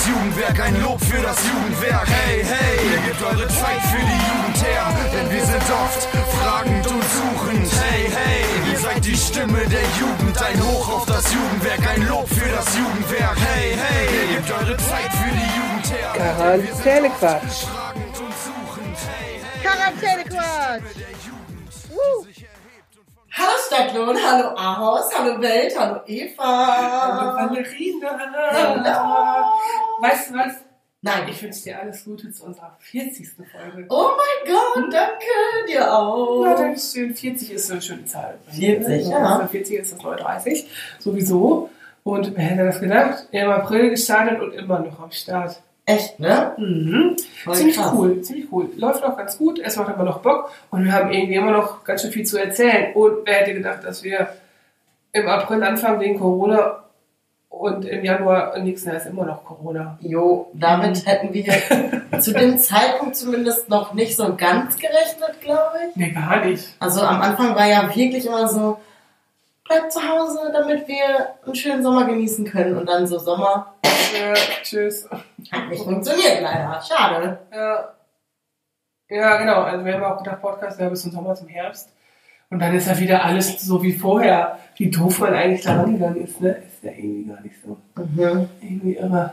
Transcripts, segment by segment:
Jugendwerk, ein Lob für das Jugendwerk. Hey, hey, ihr gebt eure Zeit für die Jugend her, denn wir sind oft fragend und suchend. Hey, hey, ihr seid die Stimme der Jugend, ein Hoch auf das Jugendwerk, ein Lob für das Jugendwerk. Hey, hey, ihr gebt eure Zeit für die Jugend her. Quarantänequatsch. Quarantänequatsch. Hallo Stadtlohn, hallo Ahaus, hallo Welt, hallo Eva. Hallo Valerina. Hallo. Weißt du was? Nein, Ich wünsche dir alles Gute zu unserer 40. Folge. oh mein Gott, danke, dir auch. Ja, danke schön. 40 ist so eine schöne Zahl. 40, ja. 40 ist das neue 30, sowieso. Und wer hätte das gedacht? Im April gestartet und immer noch am Start. Echt, ne? Mhm. Voll Ziemlich krass. cool, ziemlich cool. Läuft auch ganz gut, es macht immer noch Bock und wir haben irgendwie immer noch ganz schön viel zu erzählen. Und wer hätte gedacht, dass wir im April anfangen wegen Corona und im Januar nächsten Jahr ist immer noch Corona. Jo, damit hätten wir zu dem Zeitpunkt zumindest noch nicht so ganz gerechnet, glaube ich. Nee, gar nicht. Also am Anfang war ja wirklich immer so, bleib zu Hause, damit wir einen schönen Sommer genießen können. Und dann so Sommer, Tschüss. hat nicht funktioniert leider, schade. Ja, genau. Also wir haben auch gedacht, Podcast ja bis zum Sommer, zum Herbst. Und dann ist ja wieder alles so wie vorher. Wie doof man eigentlich da rangegangen ist, ne? Ist ja irgendwie gar nicht so. Irgendwie irre.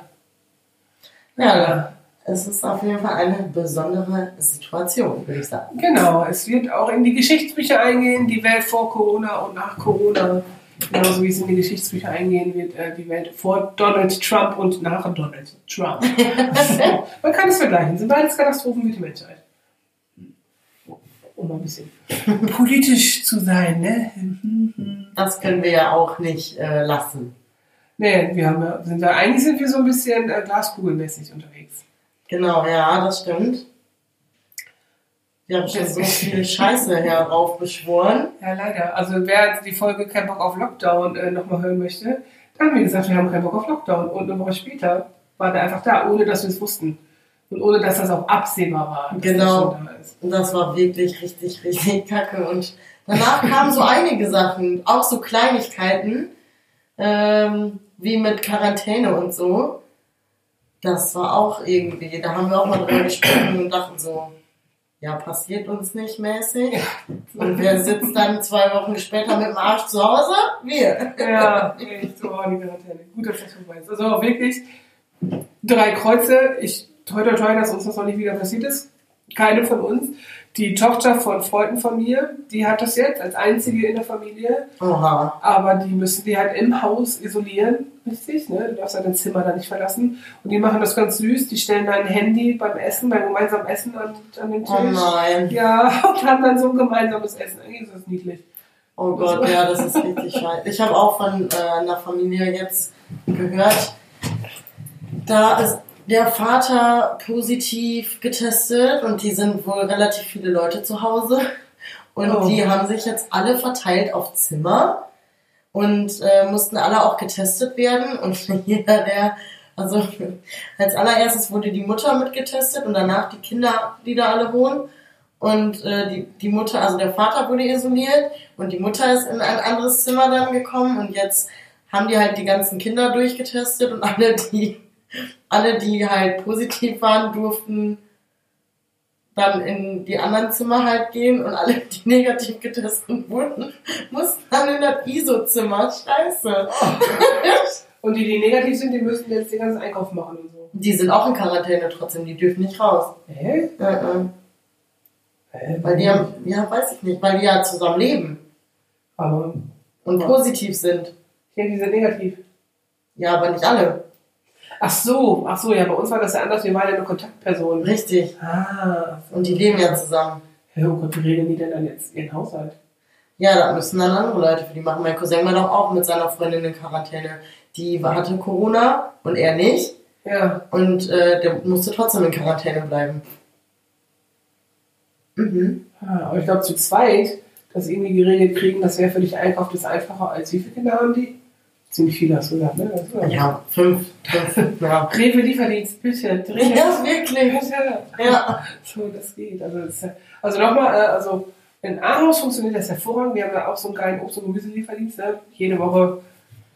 Ja, es ist auf jeden Fall eine besondere Situation, würde ich sagen. Genau, es wird auch in die Geschichtsbücher eingehen, die Welt vor Corona und nach Corona. Genauso wie es in die Geschichtsbücher eingehen wird, die Welt vor Donald Trump und nach Donald Trump. So, man kann es vergleichen. Sind beides Katastrophen für die Menschheit. Um mal ein bisschen politisch zu sein, ne? Das können wir ja auch nicht lassen. Nee, eigentlich sind wir so ein bisschen glaskugelmäßig unterwegs. Genau, ja, das stimmt. Wir haben schon so viel Scheiße heraufbeschworen. Ja, leider. Also wer die Folge Kein Bock auf Lockdown nochmal hören möchte, da haben wir gesagt, wir haben keinen Bock auf Lockdown. Und eine Woche später war der einfach da, ohne dass wir es wussten. Und ohne dass das auch absehbar war. Dass Genau. der schon da ist. Und das war wirklich richtig, richtig kacke. Und danach kamen so einige Sachen, auch so Kleinigkeiten, wie mit Quarantäne und so. Das war auch irgendwie, da haben wir auch mal drüber gesprochen und dachten so, ja, passiert uns nicht mäßig. Und wer sitzt dann 2 Wochen später mit dem Arsch zu Hause? Wir. Ja, echt so, die Quarantäne. Gut, dass das vorbei ist. Also auch wirklich 3 Kreuze. Toi, dass uns das noch nicht wieder passiert ist. Keine von uns. Die Tochter von Freunden von mir, die hat das jetzt als einzige in der Familie. Oha. Aber die müssen die halt im Haus isolieren. Richtig, ne? Du darfst halt dein Zimmer da nicht verlassen. Und die machen das ganz süß. Die stellen dein Handy beim Essen, beim gemeinsamen Essen an den Tisch. Oh nein. Ja, und haben dann so ein gemeinsames Essen. Eigentlich ist das niedlich. Oh Gott, ja, das ist richtig scheiße. Ich habe auch von einer Familie jetzt gehört, da ist der Vater positiv getestet und die sind wohl relativ viele Leute zu Hause. Und die haben sich jetzt alle verteilt auf Zimmer und mussten alle auch getestet werden. Und jeder, also als allererstes wurde die Mutter mitgetestet und danach die Kinder, die da alle wohnen. Und die Mutter, also der Vater wurde isoliert und die Mutter ist in ein anderes Zimmer dann gekommen. Und jetzt haben die halt die ganzen Kinder durchgetestet und alle, die halt positiv waren, durften dann in die anderen Zimmer halt gehen und alle, die negativ getestet wurden, mussten dann in das ISO-Zimmer. Scheiße. Und die negativ sind, die müssen jetzt den ganzen Einkauf machen und so. Die sind auch in Quarantäne trotzdem, die dürfen nicht raus. Hä? Weil die haben, ja, weiß ich nicht, weil die ja zusammen leben Aber und positiv sind. ja, die sind negativ. Ja, aber nicht alle. Ach so, ja, bei uns war das ja anders, wir waren ja eine Kontaktperson. Richtig. Und die leben ja zusammen. Ja, oh Gott, wie regeln die denn dann jetzt ihren Haushalt? Ja, da müssen dann andere Leute für die machen. Mein Cousin war doch auch mit seiner Freundin in Quarantäne. Die hatte Corona und er nicht. Ja. Und der musste trotzdem in Quarantäne bleiben. Aber ich glaube, zu zweit das irgendwie geregelt kriegen, das wäre für dich Einkauf das einfacher als wie viele Kinder haben die? Ziemlich viele hast du gesagt, ne? Ja, 5. Ja. Rewe Lieferdienst, bitte. Ja, wirklich. Ja. So, das geht. Also nochmal, in Ahaus funktioniert das hervorragend. Wir haben ja auch so einen geilen Obst- und Gemüselieferdienst. Ne? Jede Woche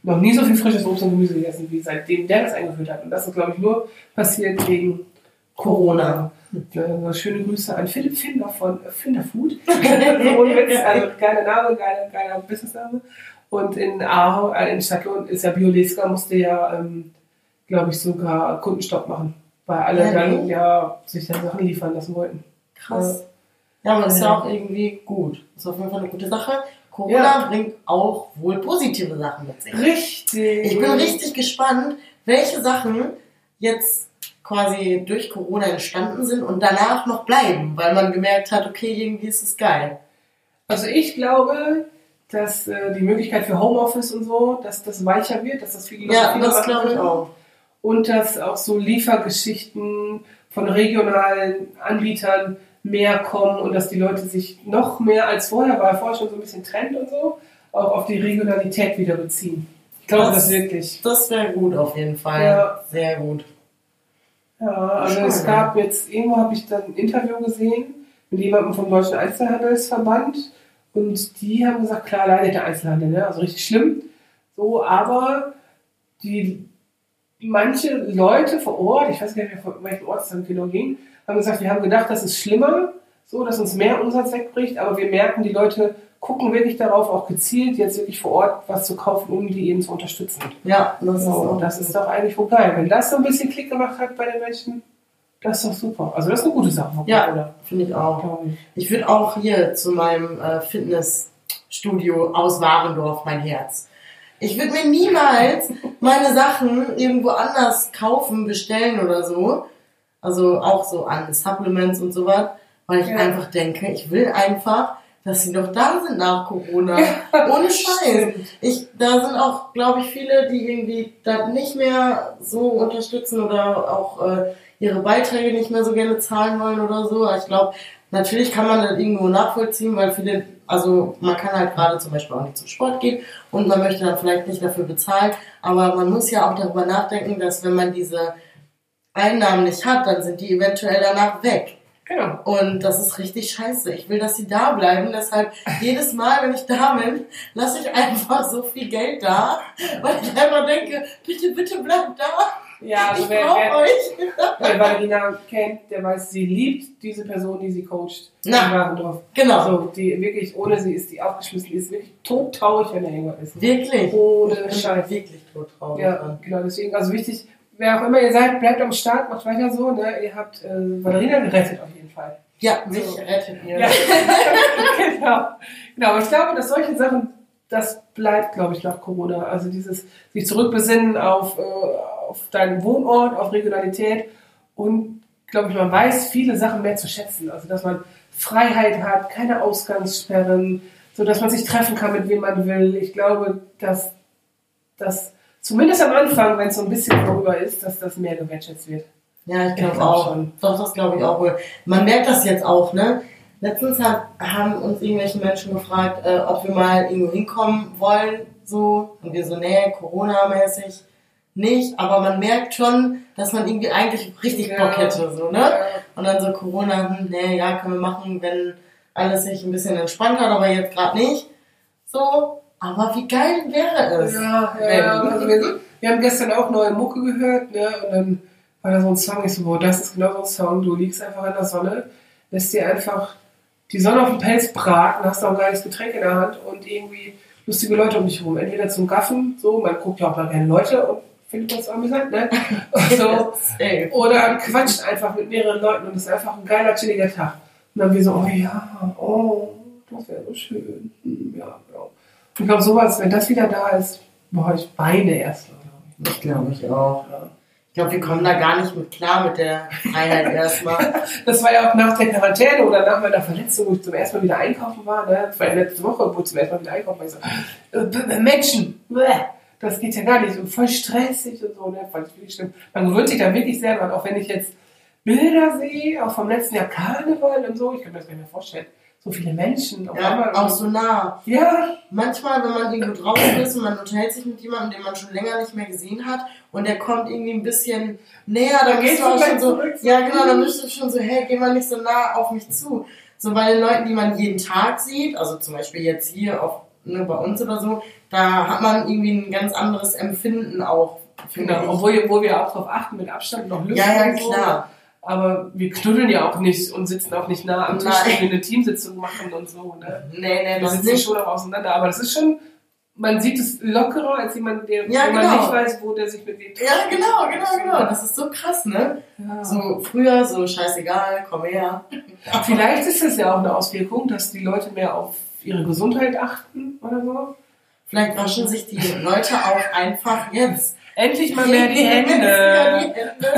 noch nie so viel frisches Obst und Gemüse gegessen, wie seitdem der das eingeführt hat. Und das ist, glaube ich, nur passiert wegen Corona. Ja, schöne Grüße an Philipp Finder von Finder Food. Ohne Witz, also geiler Name, geiler Businessname. Und in Aarau, in Stadtlohn, ist ja Bioleska, musste ja, glaube ich, sogar Kundenstopp machen. Weil alle dann ja sich dann Sachen liefern lassen wollten. Krass. Ja, aber das ist ja auch irgendwie gut. Das ist auf jeden Fall eine gute Sache. Corona bringt auch wohl positive Sachen mit sich. Richtig. Ich bin richtig gespannt, welche Sachen jetzt quasi durch Corona entstanden sind und danach noch bleiben, weil man gemerkt hat, okay, irgendwie ist es geil. Also ich glaube, dass die Möglichkeit für Homeoffice und so, dass das weicher wird, dass das viele Leute das glaube ich auch. Und dass auch so Liefergeschichten von regionalen Anbietern mehr kommen und dass die Leute sich noch mehr als vorher, weil vorher schon so ein bisschen Trend und so, auch auf die Regionalität wieder beziehen. Ich glaube das wirklich. Das wäre gut auf jeden Fall. Ja. Sehr gut. Ja, also es gab jetzt, irgendwo habe ich dann ein Interview gesehen mit jemandem vom Deutschen Einzelhandelsverband und die haben gesagt, klar leidet der Einzelhandel, ne? Also richtig schlimm. So, aber manche Leute vor Ort, ich weiß gar nicht mehr, von welchem Ort es dann genau ging, haben gesagt, wir haben gedacht, das ist schlimmer, so, dass uns mehr Umsatz wegbricht, aber wir merken, die Leute gucken wirklich darauf, auch gezielt jetzt wirklich vor Ort was zu kaufen, um die eben zu unterstützen. Ja, das ist doch eigentlich wohl geil. Wenn das so ein bisschen Klick gemacht hat bei den Menschen, das ist doch super. Also das ist eine gute Sache. Ja, finde ich auch. Ich würde auch hier zu meinem Fitnessstudio aus Warendorf mein Herz. Ich würde mir niemals meine Sachen irgendwo anders kaufen, bestellen oder so. Also auch so an Supplements und sowas, weil ich einfach denke, ich will einfach, dass sie noch da sind nach Corona. Ohne Scheiß. Da sind auch, glaube ich, viele, die irgendwie das nicht mehr so unterstützen oder auch ihre Beiträge nicht mehr so gerne zahlen wollen oder so. Ich glaube, natürlich kann man das irgendwo nachvollziehen, weil viele, also man kann halt gerade zum Beispiel auch nicht zum Sport gehen und man möchte dann vielleicht nicht dafür bezahlen, aber man muss ja auch darüber nachdenken, dass wenn man diese Einnahmen nicht hat, dann sind die eventuell danach weg. Genau. Und das ist richtig scheiße. Ich will, dass sie da bleiben. Deshalb jedes Mal, wenn ich da bin, lasse ich einfach so viel Geld da, weil ich einfach denke, bitte bleibt da. Ja, also ich brauche euch. Wer Valerina kennt, der weiß, sie liebt diese Person, die sie coacht. Na, in Warendorf. genau. So, die wirklich, ohne sie ist die aufgeschmissen, die ist wirklich todtraurig, wenn er irgendwann ist. Wirklich? Ohne Scheiß. Wirklich todtraurig. Ja, genau, deswegen, also wichtig, wer auch immer ihr seid, bleibt am Start, macht weiter so, ne? Ihr habt Valerina gerettet auf jeden Fall. Ja, mich rettet ihr. Ja. genau, aber ich glaube, dass solche Sachen, das bleibt, glaube ich, nach Corona. Also dieses sich zurückbesinnen auf deinen Wohnort, auf Regionalität und, glaube ich, man weiß viele Sachen mehr zu schätzen. Also dass man Freiheit hat, keine Ausgangssperren, so dass man sich treffen kann, mit wem man will. Ich glaube, dass das zumindest am Anfang, wenn es so ein bisschen vorüber ist, dass das mehr gewertschätzt wird. Ja, ich glaube auch. Schon. Doch, das glaube ich auch wohl. Man merkt das jetzt auch, ne? Letztens haben uns irgendwelche Menschen gefragt, ob wir mal irgendwo hinkommen wollen, so. Und wir so, nee, Corona-mäßig nicht. Aber man merkt schon, dass man irgendwie eigentlich richtig Bock hätte, so, ne? Ja. Und dann so Corona, nee, ja, können wir machen, wenn alles sich ein bisschen entspannt hat, aber jetzt gerade nicht. So. Aber wie geil wäre es? Ja. Also wir haben gestern auch neue Mucke gehört, ne? Und dann war da so ein Song, ich so, boah, das ist genau so ein Song, du liegst einfach in der Sonne, lässt dir einfach die Sonne auf den Pelz braten, hast auch ein geiles Getränk in der Hand und irgendwie lustige Leute um dich herum. Entweder zum Gaffen, so, man guckt ja auch mal gerne Leute und findet das amüsant, ne? So, oder quatscht einfach mit mehreren Leuten und es ist einfach ein geiler, chilliger Tag. Und dann wir so, das wäre so schön. Ja. Ich glaube, sowas, wenn das wieder da ist, boah, ich weine erst. Ich glaube, ich auch. Ja. Ich glaube, wir kommen da gar nicht mit klar mit der Freiheit erstmal. Das war ja auch nach der Quarantäne oder nach meiner Verletzung, wo ich zum ersten Mal wieder einkaufen war. Ne? Das war ja letzte Woche, wo ich zum ersten Mal wieder einkaufen war. Ich so, Menschen, das geht ja gar nicht. Und voll stressig und so. Ne? Fand ich wirklich schlimm. Man gewöhnt sich da wirklich sehr dran, auch wenn ich jetzt Bilder sehe, auch vom letzten Jahr Karneval und so. Ich kann mir das gar nicht mehr vorstellen. So viele Menschen. Auch so nah. Ja. Manchmal, wenn man irgendwo draußen ist und man unterhält sich mit jemandem, den man schon länger nicht mehr gesehen hat und der kommt irgendwie ein bisschen näher, dann bist du auch schon so, dann bist du schon so, hey, geh mal nicht so nah auf mich zu. So bei den Leuten, die man jeden Tag sieht, also zum Beispiel jetzt hier ne, bei uns oder so, da hat man irgendwie ein ganz anderes Empfinden auch. Genau, obwohl wir auch darauf achten, mit Abstand noch lüften. Ja, und so. klar. Aber wir knuddeln ja auch nicht und sitzen auch nicht nah am Tisch, wenn wir eine Teamsitzung machen und so. Ne? Nee, wir sitzen schon auch auseinander. Aber das ist schon, man sieht es lockerer als jemand, der man nicht weiß, wo der sich mit wem trifft. Ja, genau. Das ist so krass, ne? Ja. So früher, so scheißegal, komm her. Vielleicht ist das ja auch eine Auswirkung, dass die Leute mehr auf ihre Gesundheit achten oder so. Vielleicht waschen sich die Leute auch einfach jetzt. Endlich mal mehr die Hände.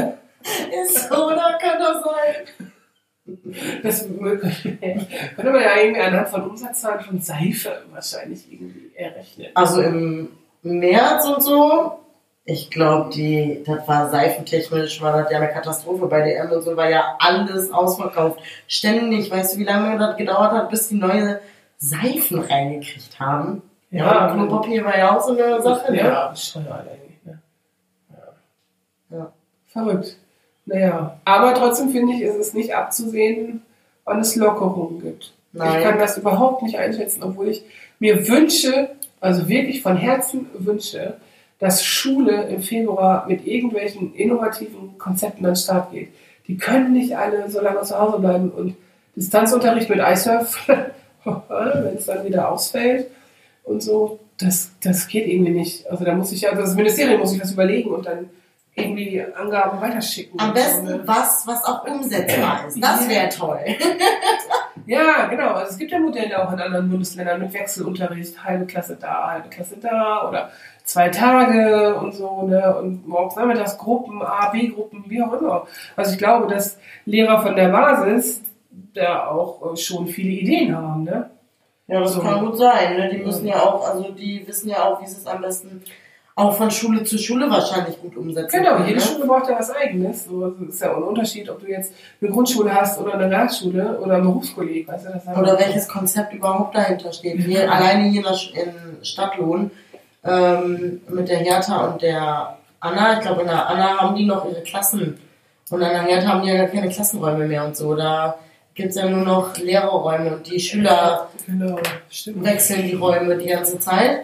Ist so, oder kann das sein? Das könnte man ja irgendwie anhand von Umsatzzahlen von Seife wahrscheinlich irgendwie errechnen. Also im März und so, ich glaube, das war seifentechnisch, war das ja eine Katastrophe bei DM und so, war ja alles ausverkauft. Ständig, weißt du, wie lange das gedauert hat, bis die neue Seifen reingekriegt haben? Ja, Klopapier war ja auch so eine Sache. Ja, Steuer eigentlich. Ne? Ja. Verrückt. Naja, aber trotzdem finde ich, ist es nicht abzusehen, wann es Lockerungen gibt. Nein. Ich kann das überhaupt nicht einschätzen, obwohl ich mir wünsche, also wirklich von Herzen wünsche, dass Schule im Februar mit irgendwelchen innovativen Konzepten an den Start geht. Die können nicht alle so lange zu Hause bleiben und Distanzunterricht mit iSurf, wenn es dann wieder ausfällt und so, das geht irgendwie nicht. Also da muss ich das Ministerium muss sich was überlegen und dann irgendwie Angaben weiterschicken. Am besten so, ne? was auch umsetzbar ist. Das wäre toll. Ja, genau. Also es gibt ja Modelle auch in anderen Bundesländern mit Wechselunterricht, halbe Klasse da oder 2 Tage und so, ne? Und morgens nachmittags Gruppen, A, B-Gruppen, wie auch immer. Also ich glaube, dass Lehrer von der Basis da auch schon viele Ideen haben, ne? Ja, das kann gut sein, ne? Die müssen ja auch, also die wissen ja auch, wie sie es am besten auch von Schule zu Schule wahrscheinlich gut umsetzen. Genau, jede Schule braucht ja was Eigenes. So, das ist ja ein Unterschied, ob du jetzt eine Grundschule hast oder eine Realschule oder ein Berufskolleg. Weißt du, das oder welches Konzept überhaupt dahinter steht. Alleine hier in Stadtlohn mit der Hertha und der Anna, ich glaube in der Anna haben die noch ihre Klassen und an der Hertha haben die ja gar keine Klassenräume mehr und so. Da gibt es ja nur noch Lehrerräume und die Schüler wechseln die Räume die ganze Zeit.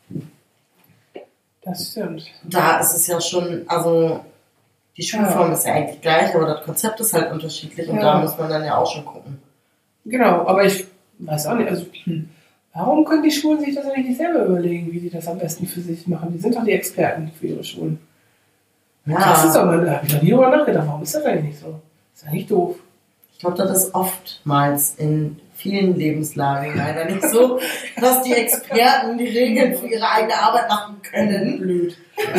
Das stimmt. Da ist es ja schon, also die Schulform ist ja eigentlich gleich, aber das Konzept ist halt unterschiedlich und da muss man dann ja auch schon gucken. Genau, aber ich weiß auch nicht, also warum können die Schulen sich das eigentlich nicht selber überlegen, wie sie das am besten für sich machen? Die sind doch die Experten für ihre Schulen. Ja. Das ist doch mal, da habe ich noch nie drüber nachgedacht, warum ist das eigentlich nicht so? Ist ja nicht doof. Ich glaube, das ist oftmals in vielen Lebenslagen leider nicht so, dass die Experten die Regeln für ihre eigene Arbeit machen können. Blöd.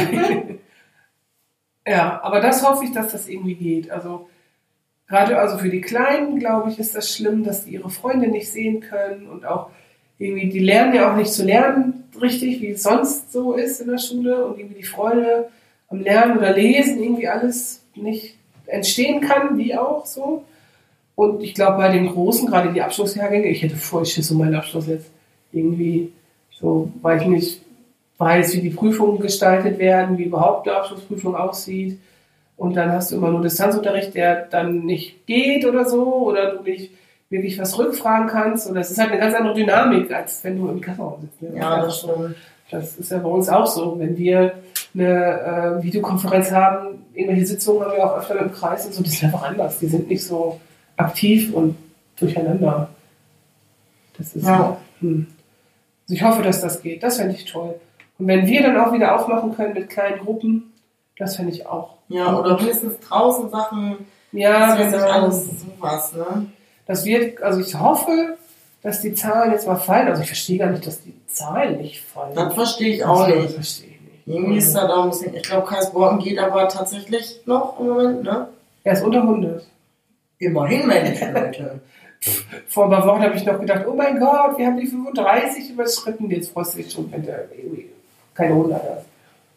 Ja, aber das hoffe ich, dass das irgendwie geht. Also gerade also für die Kleinen, glaube ich, ist das schlimm, dass die ihre Freunde nicht sehen können und auch irgendwie, die lernen ja auch nicht zu lernen richtig, wie es sonst so ist in der Schule und irgendwie die Freude am Lernen oder Lesen irgendwie alles nicht entstehen kann, wie auch so. Und ich glaube, bei den Großen, gerade die Abschlussjahrgänge, ich hätte voll Schiss um meinen Abschluss jetzt irgendwie so, weil ich nicht weiß, wie die Prüfungen gestaltet werden, wie überhaupt eine Abschlussprüfung aussieht. Und dann hast du immer nur Distanzunterricht, der dann nicht geht oder so, oder du nicht wirklich was rückfragen kannst. Und das ist halt eine ganz andere Dynamik, als wenn du im Klassenraum sitzt. Ne? Ja, das stimmt. Das ist ja bei uns auch so. Wenn wir eine Videokonferenz haben, irgendwelche Sitzungen haben wir auch öfter im Kreis und so, die sind einfach anders. Die sind nicht so aktiv und durcheinander. Das ist Also ich hoffe, dass das geht. Das fände ich toll. Und wenn wir dann auch wieder aufmachen können mit kleinen Gruppen, das fände ich auch. Ja, oder mindestens draußen Sachen. Ja, das ist alles sowas, ne? Das wird, also ich hoffe, dass die Zahlen jetzt mal fallen. Also ich verstehe gar nicht, dass die Zahlen nicht fallen. Das verstehe ich auch nicht. Das verstehe ich nicht. Irgendwie ist da ein bisschen, ich glaube, Karlsborn geht aber tatsächlich noch im Moment, ne? Er ist unter 100. Immerhin, Menschen, Leute. Vor ein paar Wochen habe ich noch gedacht, oh mein Gott, wir haben die 35 überschritten. Jetzt freust du dich schon, wenn der irgendwie keine 100 hast.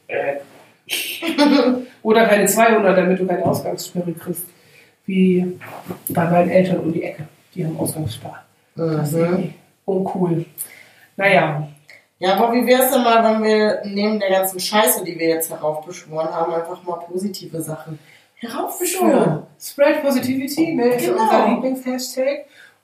Oder keine 200, damit du keine Ausgangssperre kriegst. Wie bei meinen Eltern um die Ecke. Die haben Ausgangssperre. Das ist irgendwie uncool. Naja. Ja, aber wie wäre es denn mal, wenn wir neben der ganzen Scheiße, die wir jetzt heraufbeschworen haben, einfach mal positive Sachen heraufbeschworen? Spread Positivity, ne, ist unser Lieblingshashtag.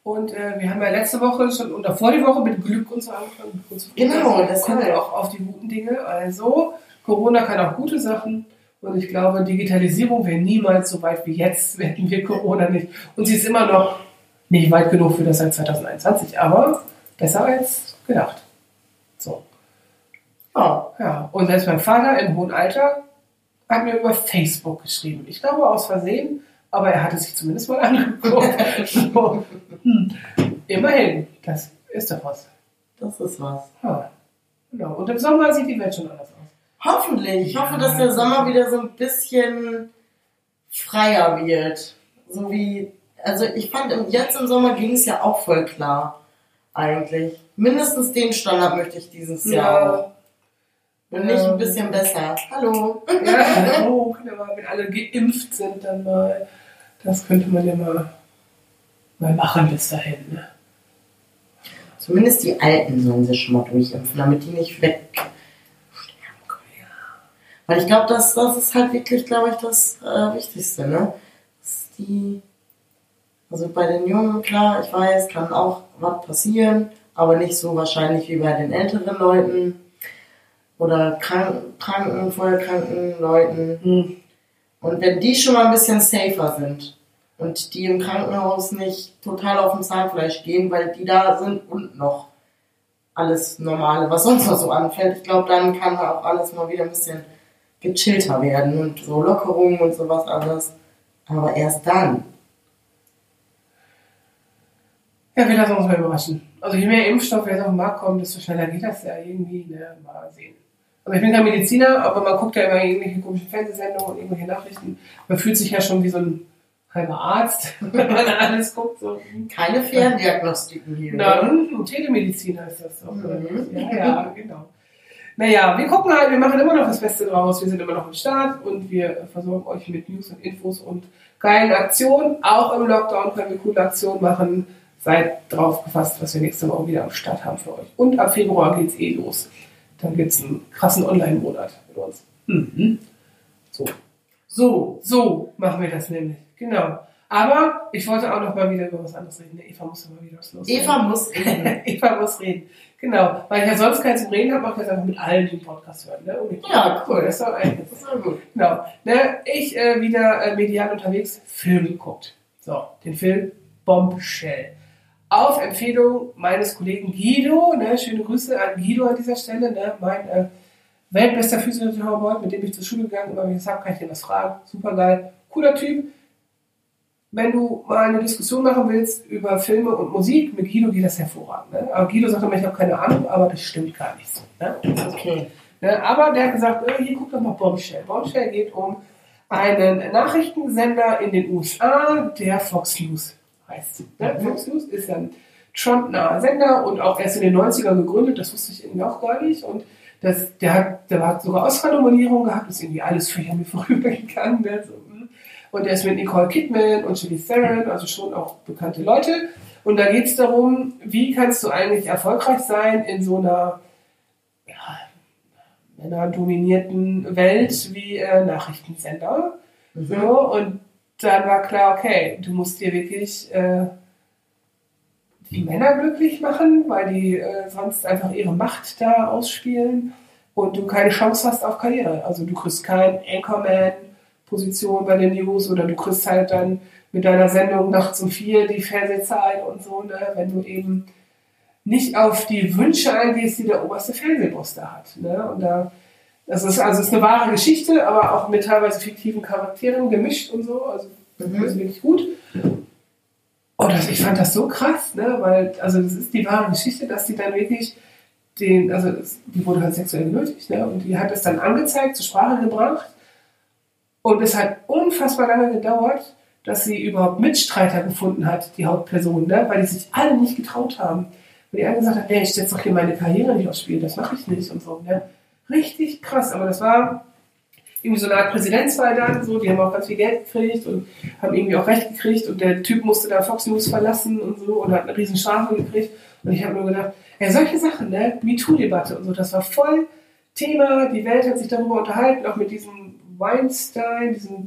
Und wir haben ja letzte Woche schon oder vor die Woche mit Glück und so angefangen. Genau, das kommt auch auf die guten Dinge. Also, Corona kann auch gute Sachen. Und ich glaube, Digitalisierung wäre niemals so weit wie jetzt, hätten wir Corona nicht. Und sie ist immer noch nicht weit genug für das Jahr 2021, aber besser als gedacht. So. Oh. Ja, und selbst mein Vater im hohen Alter hat mir über Facebook geschrieben. Ich glaube aus Versehen, aber er hatte sich zumindest mal angeguckt. So. Immerhin, das ist doch was. Das ist was. Ja, genau. Und im Sommer sieht die Welt schon anders aus. Hoffentlich. Ich hoffe, dass der Sommer wieder so ein bisschen freier wird. So wie, also ich fand, jetzt im Sommer ging es ja auch voll klar. Eigentlich. Mindestens den Standard möchte ich dieses Jahr auch. Und nicht ein bisschen besser. Hallo. Ja, hallo. Wenn alle geimpft sind, dann mal. Das könnte man ja mal machen bis dahin. Ne? Zumindest die Alten sollen sich schon mal durchimpfen, damit die nicht wegsterben können. Ja. Weil ich glaube, das ist halt wirklich, glaube ich, das Wichtigste, ne? Dass also bei den Jungen, klar, ich weiß, kann auch was passieren, aber nicht so wahrscheinlich wie bei den älteren Leuten oder vorher kranken Leuten. Und wenn die schon mal ein bisschen safer sind und die im Krankenhaus nicht total auf dem Zahnfleisch gehen, weil die da sind und noch alles Normale, was sonst noch so anfällt, ich glaube, dann kann auch alles mal wieder ein bisschen gechillter werden und so Lockerungen und sowas alles. Aber erst dann. Ja, wir lassen uns mal überraschen. Also je mehr Impfstoff jetzt auf den Markt kommt, desto schneller geht das ja irgendwie. Ne? Mal sehen. Also ich bin kein Mediziner, aber man guckt ja immer irgendwelche komischen Fernsehsendungen und irgendwelche Nachrichten. Man fühlt sich ja schon wie so ein halber Arzt, wenn man alles guckt. So. Keine Ferndiagnostiken hier. Nein, Telemediziner ist das so. Ja, genau. Naja, wir gucken halt, wir machen immer noch das Beste draus. Wir sind immer noch am Start und wir versorgen euch mit News und Infos und geilen Aktionen. Auch im Lockdown können wir coole Aktionen machen. Seid drauf gefasst, was wir nächste Woche wieder am Start haben für euch. Und ab Februar geht's los. Dann gibt es einen krassen Online-Monat mit uns. So machen wir das nämlich. Genau. Aber ich wollte auch noch mal wieder über was anderes reden. Eva muss mal wieder was losreden. Eva muss reden. Genau. Weil ich ja sonst keinen zum Reden habe, mache ich das einfach mit allen, die den Podcast hören. Ne? Ja, cool. Das ist doch eigentlich. Das ist doch gut. Genau. Ne? Ich wieder medial unterwegs, Film geguckt. So, den Film Bombshell. Auf Empfehlung meines Kollegen Guido, ne, schöne Grüße an Guido an dieser Stelle, ne, mein weltbester Physiotherapeut, mit dem ich zur Schule gegangen bin, wenn ich das habe, kann ich dir was fragen. Super geil, cooler Typ. Wenn du mal eine Diskussion machen willst über Filme und Musik, mit Guido geht das hervorragend. Ne? Aber Guido sagt immer, ich habe keine Ahnung, aber das stimmt gar nicht so. Ne? Okay. Ne? Aber der hat gesagt, hier guck doch mal Bombshell. Bombshell geht um einen Nachrichtensender in den USA, der Fox News heißt. Ne? Fox News ist ja ein Trump-naher Sender und auch erst in den 90ern gegründet, das wusste ich irgendwie auch gar nicht. Und der hat sogar Oscar-Nominierungen gehabt, ist irgendwie alles für mir vorübergegangen. Ne? Und er ist mit Nicole Kidman und Charlize Theron, also schon auch bekannte Leute. Und da geht es darum, wie kannst du eigentlich erfolgreich sein in so einer männerdominierten Welt wie Nachrichtensender. So, und dann war klar, okay, du musst dir wirklich die Männer glücklich machen, weil die sonst einfach ihre Macht da ausspielen und du keine Chance hast auf Karriere. Also du kriegst kein Anchorman-Position bei den News oder du kriegst halt dann mit deiner Sendung nachts um 4 die Fernsehzeit und so, ne, wenn du eben nicht auf die Wünsche eingehst, die der oberste Fernsehboss da hat. Ne? Und es ist eine wahre Geschichte, aber auch mit teilweise fiktiven Charakteren gemischt und so. Also das ist wirklich gut. Und ich fand das so krass, ne? Weil, also das ist die wahre Geschichte, dass die dann wirklich die wurde halt sexuell genötigt, ne? Und die hat es dann angezeigt, zur Sprache gebracht. Und es hat unfassbar lange gedauert, dass sie überhaupt Mitstreiter gefunden hat, die Hauptperson, ne? Weil die sich alle nicht getraut haben. Und die alle gesagt hat, ich setze doch hier meine Karriere nicht aufs Spiel, das mache ich nicht und so, ne? Richtig krass, aber das war irgendwie so eine Art Präsidentswahl dann, so, die haben auch ganz viel Geld gekriegt und haben irgendwie auch Recht gekriegt und der Typ musste da Fox News verlassen und so und hat eine riesen Strafe gekriegt und ich habe nur gedacht, solche Sachen, ne, MeToo-Debatte und so, das war voll Thema, die Welt hat sich darüber unterhalten, auch mit diesem Weinstein, diesem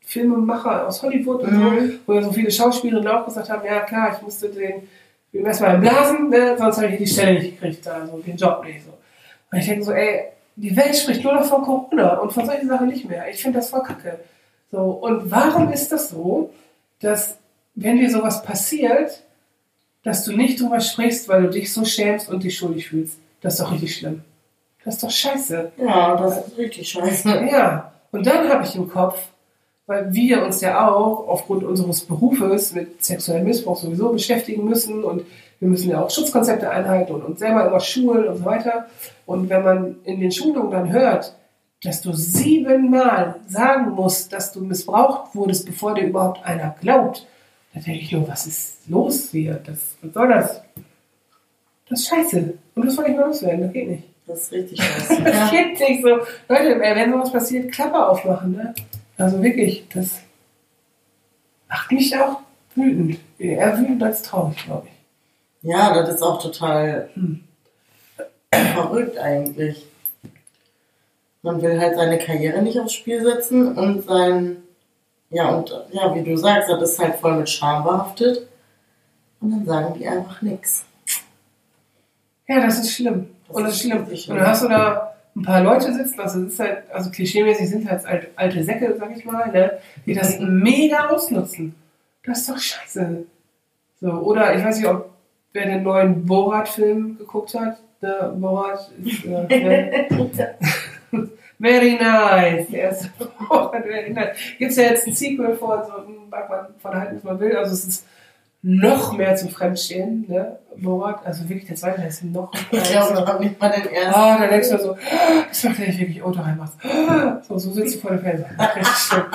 Filmemacher aus Hollywood und so, wo ja so viele Schauspielerinnen auch gesagt haben, ja klar, ich musste den erstmal blasen, ne? Sonst habe ich die Stelle nicht gekriegt, also den Job nicht so. Und ich denke so, ey, die Welt spricht nur noch von Corona und von solchen Sachen nicht mehr. Ich finde das voll kacke. So, und warum ist das so, dass, wenn dir sowas passiert, dass du nicht drüber sprichst, weil du dich so schämst und dich schuldig fühlst? Das ist doch richtig schlimm. Das ist doch scheiße. Ja, das ist richtig scheiße. Ja, und dann habe ich im Kopf, weil wir uns ja auch aufgrund unseres Berufes mit sexuellem Missbrauch sowieso beschäftigen müssen und wir müssen ja auch Schutzkonzepte einhalten und uns selber immer schulen und so weiter. Und wenn man in den Schulungen dann hört, dass du 7-mal sagen musst, dass du missbraucht wurdest, bevor dir überhaupt einer glaubt, dann denke ich nur, was ist los hier? Was soll das? Das ist scheiße. Und das wollte ich mal loswerden, das geht nicht. Das ist richtig scheiße. Das geht nicht so. Leute, wenn sowas passiert, Klappe aufmachen, ne? Also wirklich, das macht mich auch wütend. Eher wütend als traurig, glaube ich. Ja, das ist auch total verrückt eigentlich. Man will halt seine Karriere nicht aufs Spiel setzen und wie du sagst, das ist halt voll mit Scham behaftet. Und dann sagen die einfach nichts. Ja, das ist schlimm. Und das ist schlimm. Und dann hast du da ein paar Leute sitzen, also das ist halt, also klischeemäßig sind halt alte Säcke, sag ich mal, ne, die das mega ausnutzen. Das ist doch scheiße. So, oder ich weiß nicht, ob wer den neuen Borat-Film geguckt hat. Der Borat ist very nice. Der erste Borat, very nice. Gibt es ja jetzt ein Sequel von, so mag man von halten, was man will. Also es ist noch mehr zum Fremdstehen, ne? Borat, also wirklich der zweite, der ist noch. Ich glaube, ich habe nicht mal den ersten. Da denkst du so, das macht ja nicht wirklich Auto reinmachst. So sitzt du vor der Fernseher. Richtig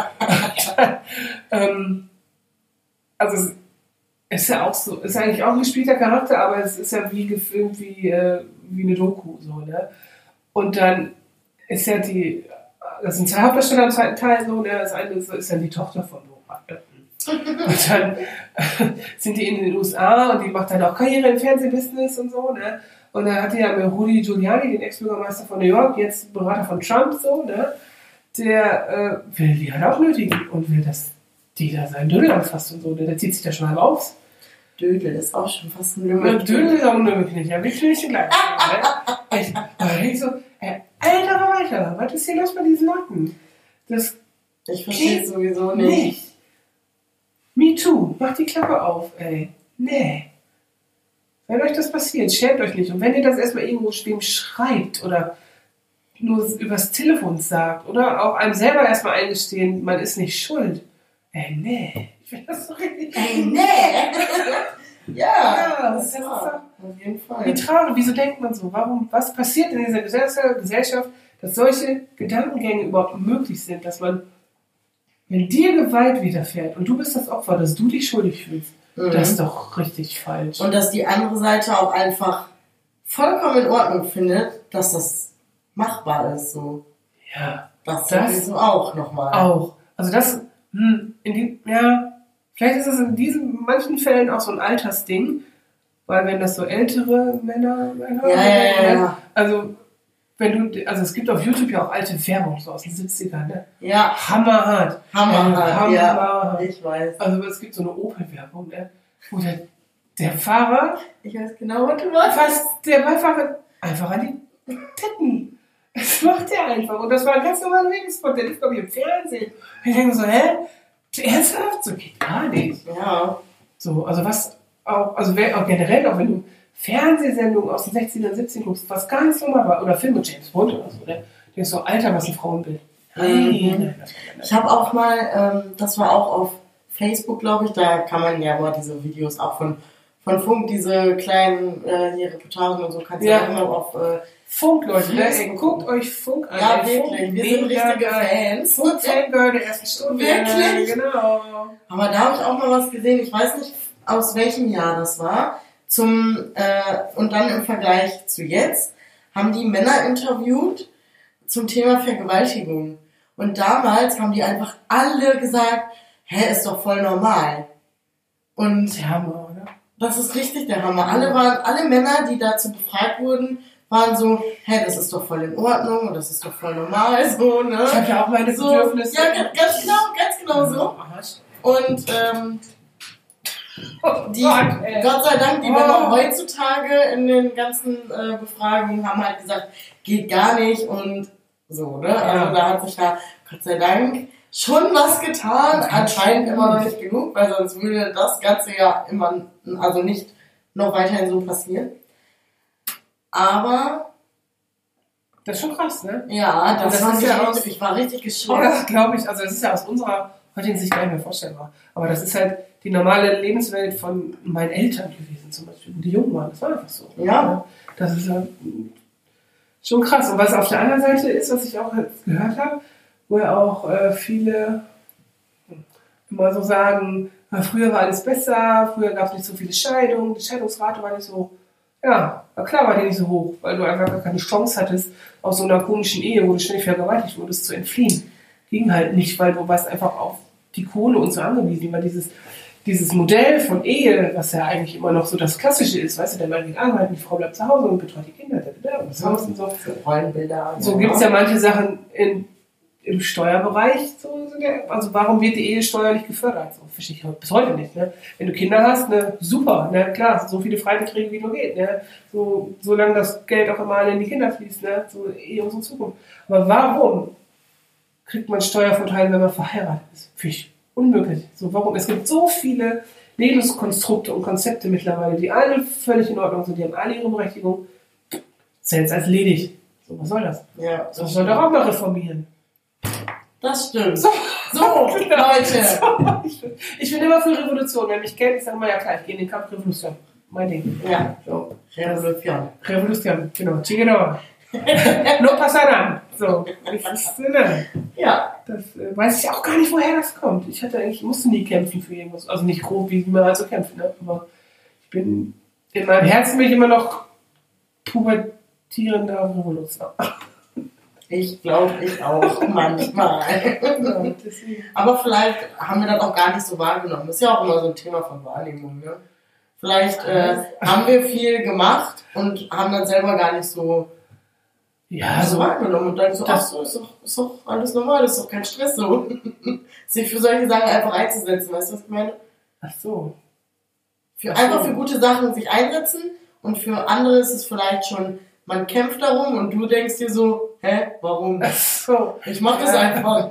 schlimm. Also es ist ja auch so, ist eigentlich auch ein gespielter Charakter, aber es ist ja wie gefilmt wie eine Doku, so, ne? Und dann ist ja das sind zwei Hauptdarsteller im zweiten Teil, so, ne? Das eine ist ja die Tochter von Borat. Und dann sind die in den USA und die macht dann auch Karriere im Fernsehbusiness und so, ne? Und dann hat die ja mit Rudy Giuliani, den Ex-Bürgermeister von New York, jetzt Berater von Trump, so, ne? Der will die halt auch nötigen und will, dass die da seinen Dödel anfasst und so, ne? Der zieht sich da schon halb aus. Dödel ist auch schon fast ein Lümmel. Dödel ist auch ein Lümmel, ja, wie Knöchchen gleich. Ne? Ich denke so, Alter Verwalter, was ist hier los bei diesen Leuten? Ich verstehe es sowieso nicht. Me too, macht die Klappe auf, ey. Nee. Wenn euch das passiert, schämt euch nicht. Und wenn ihr das erstmal irgendwo wem schreibt oder nur übers Telefon sagt oder auch einem selber erstmal eingestehen, man ist nicht schuld. Ey, nee. Ich finde das so richtig. Ey, nee. Ja, das ist wahr. Auf jeden Fall. Wie traurig, wieso denkt man so? Was passiert in dieser Gesellschaft, dass solche Gedankengänge überhaupt möglich sind, dass man, wenn dir Gewalt widerfährt und du bist das Opfer, dass du dich schuldig fühlst, das ist doch richtig falsch. Und dass die andere Seite auch einfach vollkommen in Ordnung findet, dass das machbar ist, so. Ja. Das sowieso auch nochmal. Auch. Also das, vielleicht ist es in diesen manchen Fällen auch so ein Altersding, weil wenn das so ältere Männer ja. Also es gibt auf YouTube ja auch alte Werbung so aus den 70ern, ne? Ja. Hammerhart. Ja, ich weiß. Also es gibt so eine Opel-Werbung, ne? Wo der Fahrer, ich weiß genau, was du meinst. fasst der Beifahrer einfach an die Titten. Das macht er einfach. Und das war ein ganz normaler Werbespot, der lief, glaube ich, im Fernsehen. Und ich denke so, ernsthaft? So geht gar nicht. Ja. So, also was auch, also auch generell, auch wenn du Fernsehsendungen aus den 16ern, 17 guckst, was ganz normal war, oder Filme mit James Bond oder so, ne? Denkst so, Alter, was ein Frauenbild. Nein. Ich habe auch mal, das war auch auf Facebook, glaube ich, da kann man ja mal diese Videos auch von Funk, diese kleinen hier Reportagen und so, kannst du ja immer auf Funk, Leute, ne? Guckt euch Funk an. Ja, wirklich, wir sind richtige Fans. Funk Fangirl der ersten Stunde. Wirklich? Genau. Aber da habe ich auch mal was gesehen, ich weiß nicht, aus welchem Jahr das war, und dann im Vergleich zu jetzt, haben die Männer interviewt zum Thema Vergewaltigung. Und damals haben die einfach alle gesagt, ist doch voll normal. Und der Hammer, oder? Das ist richtig der Hammer. Alle Männer, die dazu befragt wurden, waren so, hey, das ist doch voll in Ordnung und das ist doch voll normal, so, ne? Ich habe ja auch meine Bedürfnisse. Ja, ganz genau so. Und Gott sei Dank, die Männer heutzutage in den ganzen Befragungen haben halt gesagt, geht gar nicht und so, ne? Also da hat sich ja Gott sei Dank schon was getan, anscheinend immer noch nicht genug, weil sonst würde das Ganze ja immer, also nicht noch weiterhin so passieren. Aber das ist schon krass, ne? ja, das war ist ja ich war richtig geschockt. Das glaube ich, also das ist ja aus unserer heutigen Sicht gar nicht mehr vorstellbar. Aber das ist halt die normale Lebenswelt von meinen Eltern gewesen, zum Beispiel, wo die jung waren. Das war einfach so. Ja. Das ist halt schon krass. Und was auf der anderen Seite ist, was ich auch gehört habe, wo ja auch viele immer so sagen, früher war alles besser, früher gab es nicht so viele Scheidungen, die Scheidungsrate war nicht so, ja, klar war die nicht so hoch, weil du einfach gar keine Chance hattest, aus so einer komischen Ehe, wo du ständig vergewaltigt wurdest, zu entfliehen. Ging halt nicht, weil du warst einfach auf die Kohle und so angewiesen, weil dieses Modell von Ehe, was ja eigentlich immer noch so das Klassische ist, weißt du, der Mann geht arbeiten, die Frau bleibt zu Hause und betreut die Kinder, und das Haus und so. Rollenbilder. So gibt es ja manche Sachen im Steuerbereich, also warum wird die Ehe steuerlich gefördert? So verstehe ich bis heute nicht. Ne? Wenn du Kinder hast, ne, super, ne, klar, so viele Freibeträge wie nur geht. Ne? Solange das Geld auch immer in die Kinder fließt, ne? So Ehe und so Zukunft. Aber warum kriegt man Steuervorteile, wenn man verheiratet ist? Fisch. Unmöglich. So, warum? Es gibt so viele Lebenskonstrukte und Konzepte mittlerweile, die alle völlig in Ordnung sind, die haben alle ihre Berechtigung. Zählt als ledig. So, was soll das? Ja, das soll doch auch mal reformieren. Das stimmt. So Leute. Ich bin immer für Revolution. Wer mich kennt, ich sage immer, ja klar, ich gehe in den Kampf Revolution. Mein Ding. Ja. So. Revolution, genau. Chigeno. No pasarán. So. Ja. Das weiß ich auch gar nicht, woher das kommt. Ich musste nie kämpfen für irgendwas. Also nicht grob, wie man halt so kämpft. Ne? Aber in meinem Herzen bin ich immer noch pubertierender Revolution. Ich glaube, ich auch manchmal. Aber vielleicht haben wir das auch gar nicht so wahrgenommen. Das ist ja auch immer so ein Thema von Wahrnehmung. Ne? Vielleicht haben wir viel gemacht und haben dann selber gar nicht so wahrgenommen. Und dann so, ist doch alles normal, ist doch kein Stress so. Sich für solche Sachen einfach einzusetzen, weißt du, was ich meine? Ach so. Einfach für gute Sachen sich einsetzen und für andere ist es vielleicht schon, man kämpft darum und du denkst dir so, warum? Ach so. Ich mach das einfach.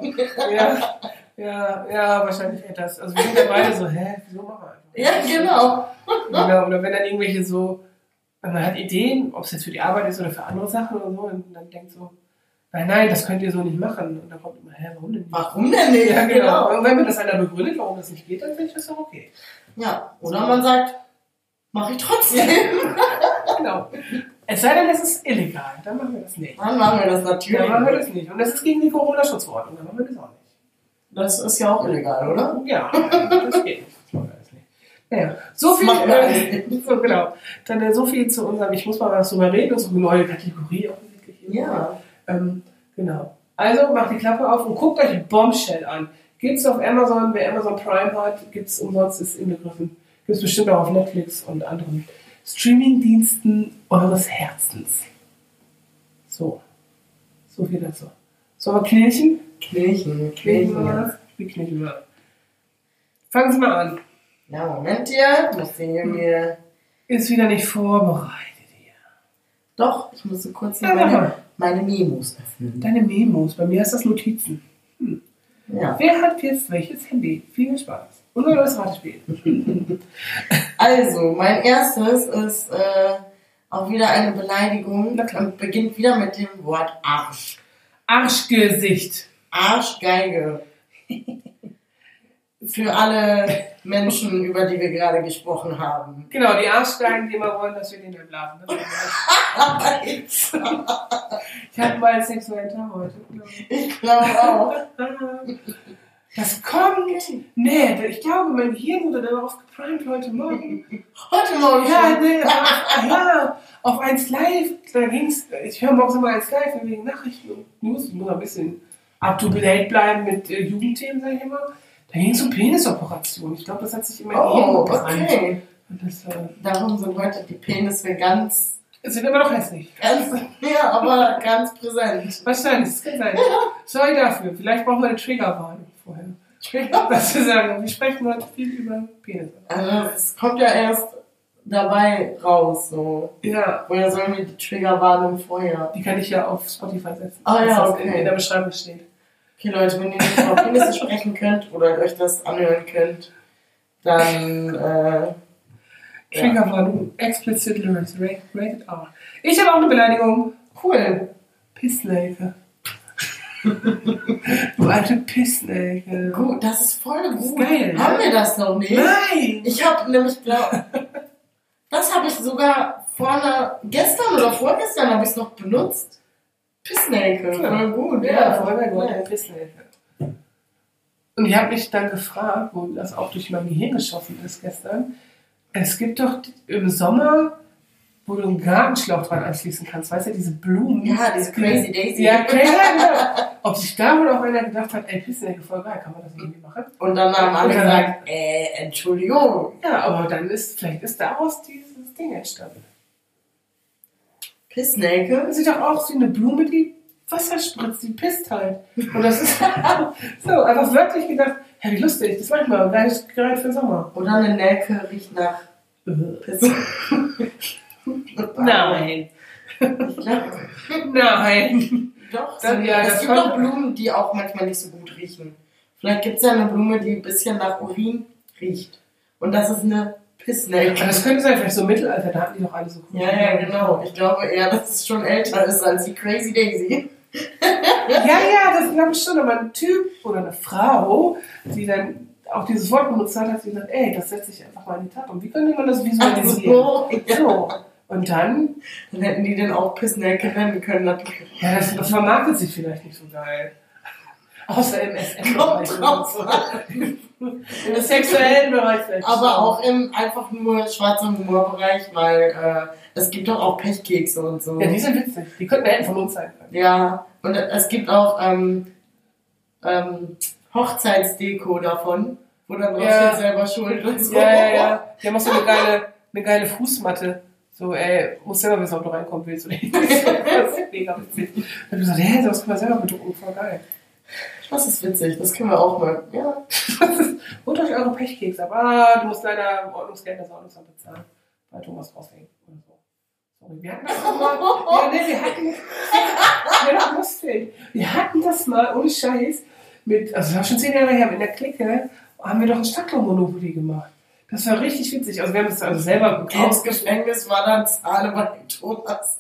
Ja, wahrscheinlich das. Also wir sind ja beide so, wieso machen wir einfach? Ja, genau. Oder wenn dann irgendwelche so, man hat Ideen, ob es jetzt für die Arbeit ist oder für andere Sachen oder so, und dann denkt so, nein, das könnt ihr so nicht machen. Und dann kommt immer, warum denn nicht? Warum denn nicht? Ja, genau. Und wenn man das einer begründet, warum das nicht geht, dann finde ich das auch okay. Ja, oder man sagt, mach ich trotzdem. Genau. Es sei denn, es ist illegal, dann machen wir das nicht. Dann machen wir das natürlich. Dann machen wir das nicht. Und das ist gegen die Corona-Schutzverordnung, dann machen wir das auch nicht. Das ist ja auch illegal, oder? Ja, das geht nicht. Das machen wir alles nicht. Naja, so viel, so genau. Dann so viel zu unserem, ich muss mal was drüber reden, so eine neue Kategorie offensichtlich. Ja. Genau. Also macht die Klappe auf und guckt euch Bombshell an. Gibt's auf Amazon, wer Amazon Prime hat, gibt's umsonst, ist inbegriffen. Gibt's bestimmt auch auf Netflix und anderen Streamingdiensten eures Herzens. So viel dazu. Sollen wir knirschen? Knirschen. Wie knirschen wir? Fangen Sie mal an. Ja, Moment hier. Muss hier mir... Ist wieder nicht vorbereitet hier. Doch, ich musste kurz meine Memos öffnen. Deine Memos, bei mir ist das Notizen. Ja. Wer hat jetzt welches Handy? Viel Spaß. Unser neues Ratespiel. Also, mein erstes ist auch wieder eine Beleidigung und beginnt wieder mit dem Wort Arsch. Arschgesicht. Arschgeige. Für alle Menschen, über die wir gerade gesprochen haben. Genau, die Arschgeigen, die immer wollen, dass wir den entlarven. Ich habe mal einen sexuellen Tag heute. Ich glaube auch. Das kommt. Nee, ich glaube, mein Gehirn wurde darauf geprimed heute Morgen. Heute Morgen? Ja, auf 1 Live. Da ging's. Ich höre morgens immer 1 Live wegen Nachrichten und News. Ich muss ein bisschen up to date bleiben mit Jugendthemen, sag ich immer. Da ging es um Penisoperation. Ich glaube, das hat sich immer okay. Und das, darum sind heute die Penisse ganz Es sind immer noch hässlich. Ja, aber ganz präsent. Wahrscheinlich, das kann sein. Sorry dafür. Vielleicht brauchen wir eine Triggerwarnung vorher. Was wir sagen, wir sprechen heute viel über Penis. Also es kommt ja erst dabei raus, so. Ja. Woher sollen wir die Triggerwarnung vorher? Die kann ich ja auf Spotify setzen. Ah ja, das okay. in der Beschreibung steht. Okay Leute, wenn ihr nicht über Penisse sprechen könnt oder euch das anhören könnt, dann Triggerwarnung, explicit lyrics, rated R. Ich habe auch eine Beleidigung. Cool. Pissnelke. Du alte Pissnelke. Gut, das ist voll gut. Geil. Haben wir das noch nicht? Nein! Ich habe nämlich das habe ich sogar gestern oder vorgestern habe ich es noch benutzt. Pissnelke. Voll gut. Ja, voll gut. Pissnelke. Und ich habe mich dann gefragt, wo das auch durch mein Gehirn geschossen ist gestern. Es gibt doch im Sommer, wo du einen Gartenschlauch dran anschließen kannst, weißt du, diese Blumen. Ja, diese Crazy Daisy. Ja, Crazy Daisy. Ob sich da wohl auch einer gedacht hat, ey, Pissnelke, voll geil, kann man das irgendwie machen? Und dann haben alle gesagt, Entschuldigung. Ja, aber dann vielleicht ist daraus dieses Ding entstanden. Pissnelke? Das sieht doch aus wie eine Blume, die Wasser spritzt, die pisst halt. Und das ist so, einfach wörtlich gedacht, hey, wie lustig, das mach ich mal, gleich gerade für den Sommer. Oder eine Nelke riecht nach Piss. Nein. Ich glaube, Nein. doch. Das es gibt auch Blumen, die auch manchmal nicht so gut riechen. Vielleicht gibt es ja eine Blume, die ein bisschen nach Urin riecht. Und das ist eine Pissnelke. Aber das könnte sein, vielleicht so im Mittelalter, da hatten die doch alle so cool. Ja, genau. Ich glaube eher, dass es schon älter ist als die Crazy Daisy. Ja, das glaube ich schon. Aber ein Typ oder eine Frau, die dann auch dieses Wort benutzt hat, hat sie gesagt, ey, das setze ich einfach mal in die Tat. Und wie könnte man das visualisieren? So. Und dann hätten die den auch Pissnelke nennen können. Natürlich. Ja, das vermarktet sich vielleicht nicht so geil. Außer im SM-Bereich. Im sexuellen Bereich vielleicht. Aber auch im einfach nur schwarzer Humorbereich, weil es gibt doch auch Pechkekse und so. Ja, die sind witzig. Die könnten hätten von uns sein können. Ja, und es gibt auch Hochzeitsdeko davon, wo dann drauf steht selber schuld und so. Ja. Die haben auch so eine geile Fußmatte. So, ey, musst selber wissen, ob du reinkommen willst oder nicht. Das ist mega witzig. Dann hab ich gesagt, hä, das können wir selber bedrucken, voll geil. Das ist witzig, das können wir auch mal. Ja. Holt euch eure Pechkekse, aber du musst leider Ordnungsgeld das Ordnungsamt bezahlen, weil Thomas raushängt oder so. Sorry, wir hatten das mal. Ja, nee, wir hatten das mal, ohne Scheiß, also das war schon 10 Jahre her, in der Clique, haben wir doch ein Stadtlohn-Monopoly gemacht. Das war richtig witzig. Also wir haben das also selber gekauft. Ins Gefängnis war dann Zahle bei Thomas.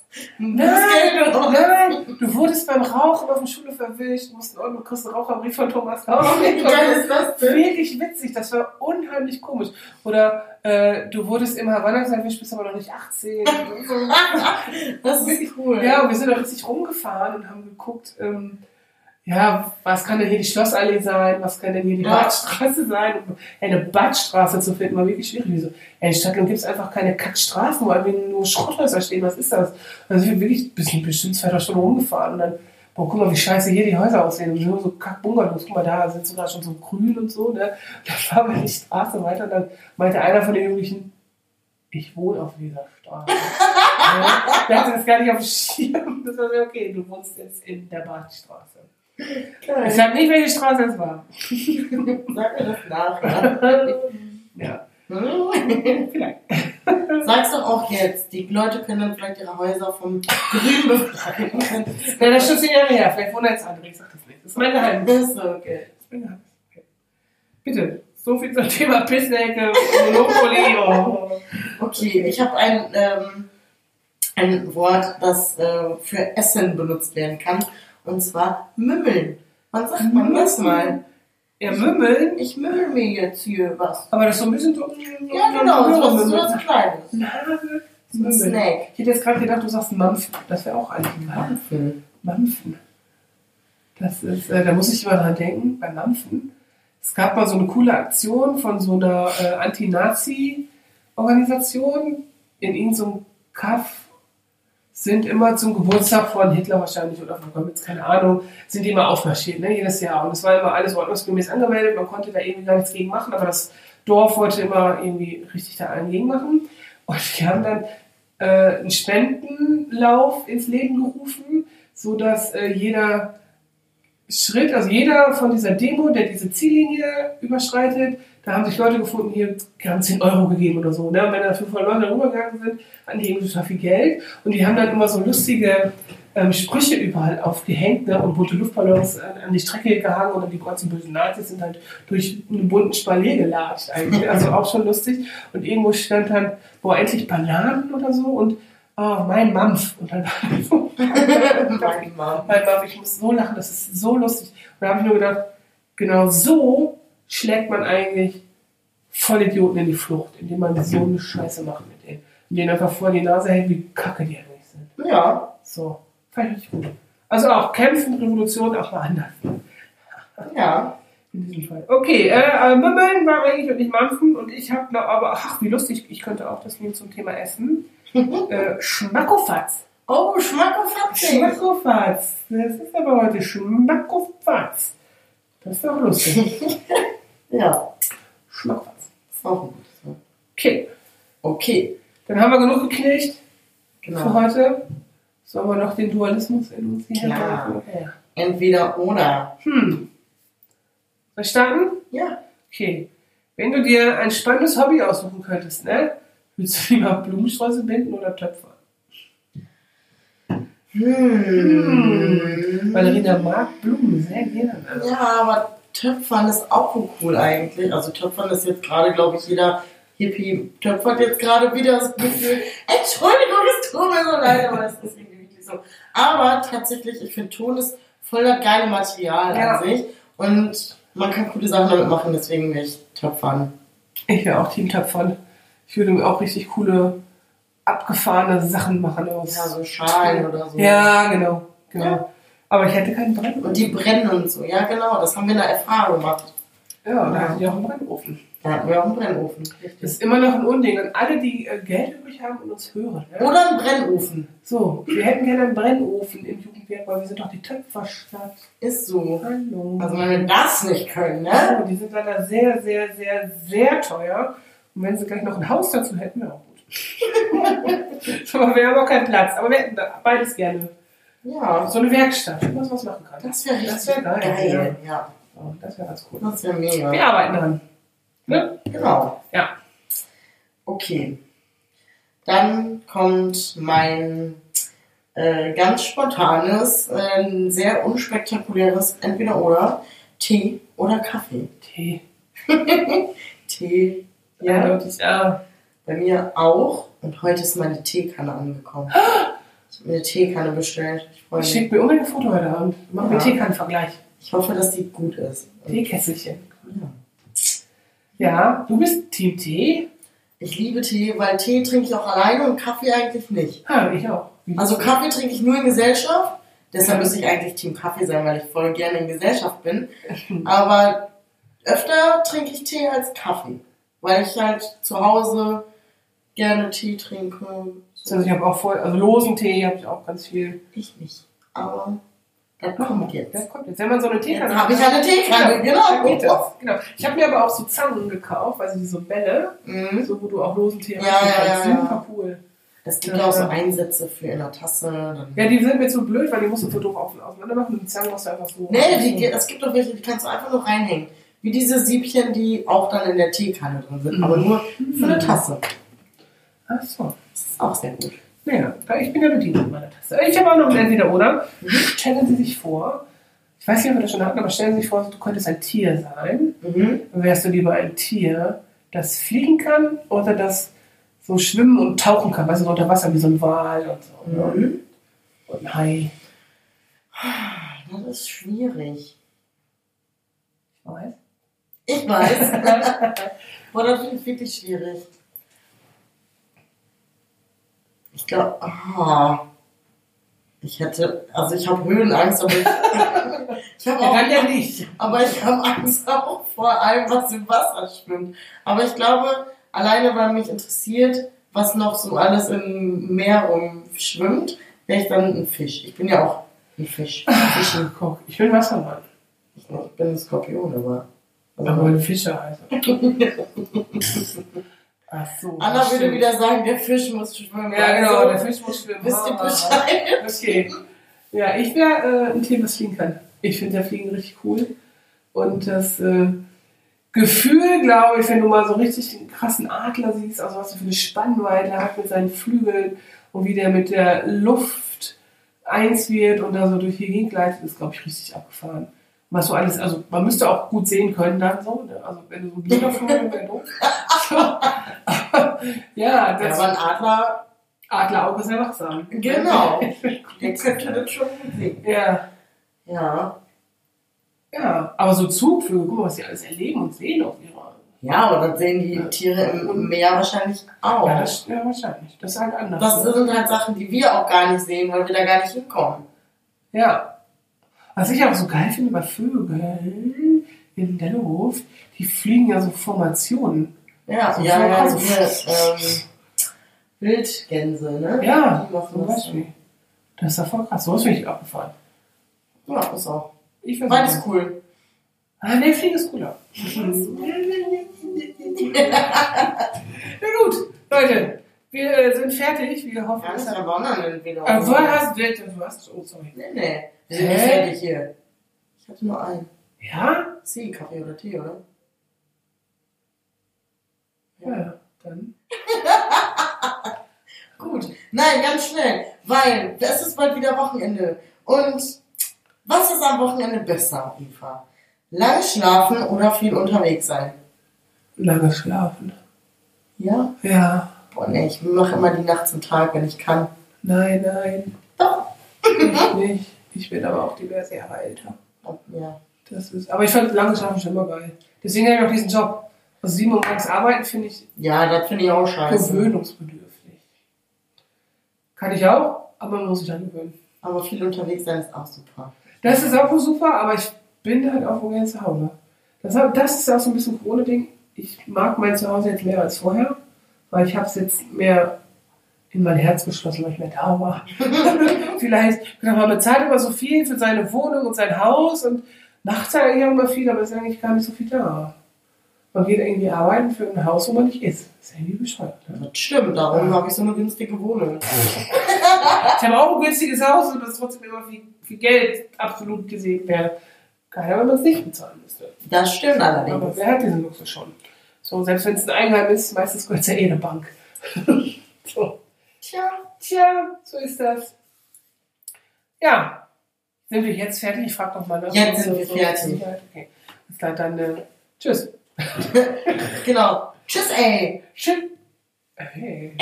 Nein, du wurdest beim Rauchen auf dem Schulhof erwischt, du musst einen Raucherbrief von Thomas kaufen. Wie geil ist das denn? Wirklich witzig, das war unheimlich komisch. Oder du wurdest im Havanna erwischt, bist aber noch nicht 18. Das ist cool. Ja, und wir sind da richtig rumgefahren und haben geguckt, was kann denn hier die Schlossallee sein, was kann denn hier die Badstraße sein? Und, eine Badstraße zu finden war wirklich schwierig. So, in Stadtland gibt es einfach keine Kackstraßen, wo einfach nur Schrotthäuser stehen, was ist das? Also wir sind wirklich bestimmt 2-3 Stunden rumgefahren und dann, guck mal, wie scheiße hier die Häuser aussehen. Und nur so Kack-Bungalows, guck mal, da sind sogar schon so grün und so, ne? Da fahren wir die Straße weiter und dann meinte einer von den Jugendlichen, ich wohne auf dieser Straße. Der hatte das gar nicht auf dem Schirm. Das war so, okay, du wohnst jetzt in der Badstraße. Ich sag nicht, welche Straße es war. Sag mir das nachher. Ja. Vielleicht. Sag's doch auch jetzt. Die Leute können dann vielleicht ihre Häuser vom Grün befreien. Ja, das ist schon 10 Jahre her. Vielleicht wohnen jetzt andere. Ich sag das nicht. Das ist mein Geheimnis. Okay. Okay. Bitte. So viel zum Thema Pissnelke, Monopoly. Okay, ich habe ein Wort, das für Essen benutzt werden kann. Und zwar Mümmeln. Wann sagt man das mal? Ja, Mümmeln? Ich mümmel mir jetzt hier was. Aber das ist so ein bisschen so... Ja, genau, so was Kleines. So ein Snack. Ich hätte jetzt gerade gedacht, du sagst Mampfen. Das wäre auch eigentlich Mampfen. Das ist, da muss ich immer dran denken, bei Mampfen. Es gab mal so eine coole Aktion von so einer Anti-Nazi-Organisation in irgendeinem Kaff. Sind immer zum Geburtstag von Hitler wahrscheinlich oder von Goebbels, keine Ahnung, sind die immer aufmarschiert, ne, jedes Jahr. Und es war immer alles ordnungsgemäß angemeldet, man konnte da irgendwie gar nichts gegen machen, aber das Dorf wollte immer irgendwie richtig da einen gegen machen. Und die haben dann einen Spendenlauf ins Leben gerufen, sodass jeder Schritt, also jeder von dieser Demo, der diese Ziellinie überschreitet, da haben sich Leute gefunden, hier haben 10 Euro gegeben oder so. Ne? Und wenn da 500 Leute rübergegangen sind, hatten die irgendwie total viel Geld. Und die haben dann immer so lustige Sprüche überall aufgehängt, ne? Und bunte Luftballons an die Strecke gehangen und dann die ganzen bösen Nazis sind halt durch einen bunten Spalier gelatscht eigentlich. Also auch schon lustig. Und irgendwo stand dann, boah, endlich Bananen oder so und mein Mampf. Und dann so, mein Mampf, ich muss so lachen, das ist so lustig. Und da habe ich nur gedacht, genau so schlägt man eigentlich Vollidioten in die Flucht, indem man so eine Scheiße macht mit denen. Und denen einfach vor die Nase hält, wie kacke die eigentlich sind. Ja. So, fand ich gut. Also auch Kämpfen, Revolution, auch mal anders. Ja. In diesem Fall. Okay, Mümmeln war eigentlich und nicht Mampfen. Und ich habe noch, aber ach, wie lustig, ich könnte auch das nehmen zum Thema Essen. Schmackofatz. Oh, Schmackofatz. Schmackofatz. Das ist aber heute Schmackofatz. Das ist doch lustig. Ja. Schmackofatz. Ist auch gut. So. Okay. Okay. Dann haben wir genug geknilcht Genau. für heute. Sollen wir noch den Dualismus in uns hier Klar. Okay. Entweder oder. Verstanden? Ja. Okay. Wenn du dir ein spannendes Hobby aussuchen könntest, ne? Willst du lieber Blumensträuße binden oder Töpfer? Valerina mag Blumen sehr gerne. Ja, aber Töpfern ist auch so cool eigentlich. Also Töpfern ist jetzt gerade, glaube ich, jeder Hippie töpfert jetzt gerade wieder das Gefühl, Entschuldigung, es tut mir so leid, aber es ist irgendwie wirklich so. Aber tatsächlich, ich finde, Ton ist voll das geile Material an sich. Und man kann coole Sachen damit machen, deswegen will ich töpfern. Ich wäre auch Team Töpfern. Ich würde mir auch richtig coole, abgefahrene Sachen machen aus. Ja, so Schalen oder so. Ja, genau. Ja. Aber ich hätte keinen Brennofen. Und die brennen und so. Ja, genau. Das haben wir in der FH gemacht. Ja, da hatten die auch einen Brennofen. Da hatten wir auch einen Brennofen. Richtig. Das ist immer noch ein Unding. Und alle, die Geld übrig haben und uns hören. Ne? Oder einen Brennofen. So, wir hätten gerne einen Brennofen im Jugendwerk, weil wir sind doch die Töpferstadt. Ist so. Hallo. Also wenn wir das nicht können, ne? Ja, die sind leider sehr, sehr, sehr, sehr teuer. Und wenn sie gleich noch ein Haus dazu hätten, wäre auch gut. Aber wir haben auch keinen Platz. Aber wir hätten da beides gerne. Ja. So eine Werkstatt, wo man was machen kann. Das wäre richtig geil. Ja. Oh, das wäre ganz cool. Das wäre mega. Wir arbeiten dran. Ne? Genau. Ja. Okay. Dann kommt mein ganz spontanes, sehr unspektakuläres Entweder-Oder. Tee oder Kaffee. Tee. Tee. Ja, Ja. ja. Bei mir auch. Und heute ist meine Teekanne angekommen. Ich habe mir eine Teekanne bestellt. Ich freue mich. Schick mir unbedingt ein Foto heute Abend. Machen wir Ja. Teekannenvergleich. Ich hoffe, dass die gut ist. Teekesselchen. Ja. Ja, du bist Team Tee? Ich liebe Tee, weil Tee trinke ich auch alleine und Kaffee eigentlich nicht. Ja, ich auch. Also Kaffee trinke ich nur in Gesellschaft. Deshalb müsste ich eigentlich Team Kaffee sein, weil ich voll gerne in Gesellschaft bin. Aber öfter trinke ich Tee als Kaffee. Weil ich halt zu Hause gerne Tee trinke. So. Also ich habe auch voll, also losen Tee habe ich auch ganz viel. Ich nicht. Aber das kommt jetzt. Das kommt jetzt. Wenn man so eine Teekanne Jetzt habe ich eine Teekanne, genau. Dann geht das. Genau. Ich habe mir aber auch so Zangen gekauft, also diese Bälle, Mhm. so wo du auch losen Tee Ja, kannst. ja. Super cool. Es gibt ja auch so Einsätze für in der Tasse. Dann Ja, die sind mir zu blöd, weil die musst du so doof auseinander machen. Mit den Zangen musst du einfach so. nee, es gibt doch welche, die kannst du einfach nur reinhängen. Wie diese Siebchen, die auch dann in der Teekanne drin sind. Aber nur für eine Tasse. Ach so. Das ist auch sehr gut. Ja, ich bin ja bedient mit meiner Tasse. Ich habe auch noch ein Entweder-Oder. Stellen Sie sich vor, ich weiß nicht, ob wir das schon hatten, aber stellen Sie sich vor, du könntest ein Tier sein. Mhm. Wärst du lieber ein Tier, das fliegen kann oder das so schwimmen und tauchen kann, weißt du, so unter Wasser wie so ein Wal und so. Ne? Mhm. Und ein Hai. Das ist schwierig. Ich weiß. Ich weiß. Boah, das finde ich wirklich schwierig. Ich glaube, ich habe Höhenangst, aber ich habe auch, Dann ja nicht. aber ich habe Angst auch vor allem, was im Wasser schwimmt. Aber ich glaube, alleine weil mich interessiert, was noch so alles im Meer rumschwimmt, wäre ich dann ein Fisch. Ich bin ja auch ein Fisch. Fischi. Guck, ich bin Wassermann. Ich bin ein Skorpion, aber... Aber ein Fischer heißt er. Ach so. Anna würde wieder sagen, der Fisch muss schwimmen. Ja, genau, der Fisch muss schwimmen. Wisst ihr Bescheid? Okay. Ja, ich wäre ein Tier, was fliegen kann. Ich finde ja Fliegen richtig cool. Und das Gefühl, glaube ich, wenn du mal so richtig den krassen Adler siehst, also was er für eine Spannweite hat mit seinen Flügeln und wie der mit der Luft eins wird und da so durch die Gegend gleitet, ist, glaube ich, richtig abgefahren. Was so alles, also man müsste auch gut sehen können dann so, ne? Also wenn du so ein Bilderflug wäre doof. Ja, das aber ein Adlerauge ist ja wachsam. Genau. Der könnte das schon gut sehen. Ja. Ja. Ja, aber so Zugvögel, guck mal, was die alles erleben und sehen auf ihrer. Ja, aber das sehen die Tiere im Meer wahrscheinlich auch. Ja, wahrscheinlich. Das ist halt anders. Das sind halt Sachen, die wir auch gar nicht sehen, weil wir da gar nicht hinkommen. Ja. Was ich auch so geil finde bei Vögeln in der Luft, die fliegen ja so Formationen. Ja, so ja, so Wildgänse, ne? Ja, die machen zum das. Beispiel. Das ist ja voll krass. So ist finde ich abgefahren. Ja, ist auch. Ich weiß Beides nicht. cool. Ah, ne, Fliegen ist cooler. Na gut, Leute, wir sind fertig. Wir hoffen, Ja, das es ist hat... aber auch noch ein Video. Du hast... Oh, sorry. Nee. Wir sind nicht fertig hier. Ich hatte nur einen. Ja? Kaffee oder Tee, oder? Ja, dann... Gut. Nein, ganz schnell. Weil es ist bald wieder Wochenende. Und was ist am Wochenende besser, Eva? Lange schlafen oder viel unterwegs sein? Lange schlafen. Ja? Ja. Boah, nee, ich mache immer die Nacht zum Tag, wenn ich kann. Nein. Doch. Ich nicht. Ich bin aber auch diverse Jahre älter. Ja. Aber ich fand lange Schlafen schon immer geil. Deswegen habe ich auch diesen Job. Also 7 Uhr morgens arbeiten finde ich Ja, das finde ich auch scheiße. gewöhnungsbedürftig. Kann ich auch, aber man muss sich dann gewöhnen. Aber viel unterwegs sein ist auch super. Das ist auch super, aber ich bin halt auch gerne zu Hause. Das ist auch so ein bisschen Corona-Ding. Ich mag mein Zuhause jetzt mehr als vorher, weil ich habe es jetzt mehr in mein Herz geschlossen, weil ich mehr da war. Vielleicht, genau, man bezahlt immer so viel für seine Wohnung und sein Haus und macht ja eigentlich auch immer viel, aber ist eigentlich gar nicht so viel da. Man geht irgendwie arbeiten für ein Haus, wo man nicht ist. Das ist irgendwie bescheuert. Ne? Das stimmt, darum habe ich so eine günstige Wohnung. Ich habe auch ein günstiges Haus und das trotzdem immer viel Geld absolut gesehen wäre. Geil, wenn man es nicht bezahlen müsste. Das stimmt allerdings. Aber wer hat diesen Luxus schon? So, selbst wenn es ein Eigenheim ist, meistens gehört es ja eine Bank. So. Tja, so ist das. Ja. Sind wir jetzt fertig? Ich frage noch mal nach. Jetzt sind wir fertig. Okay. Bis dann, tschüss. Genau. Tschüss, ey. Tschüss. Hey.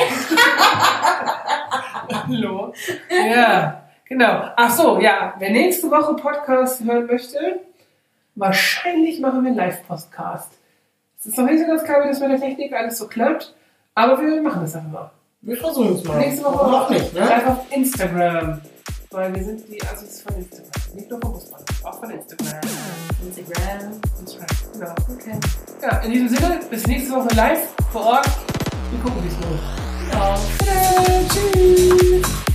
Hallo. Ja, genau. Ach so, ja. Wer nächste Woche Podcast hören möchte, wahrscheinlich machen wir einen Live-Podcast. Es ist noch nicht so ganz klar, wie das mit der Technik alles so klappt, aber wir machen das einfach mal. Wir versuchen es mal. Nächste Woche noch nicht, ne? Live auf Instagram. Weil wir sind die Assis von Instagram. Nicht nur von Busmann, auch von Instagram. Instagram. Genau. Okay. Ja, in diesem Sinne, bis nächste Woche live vor Ort. Wir gucken, wie es läuft. Genau. Tschüss.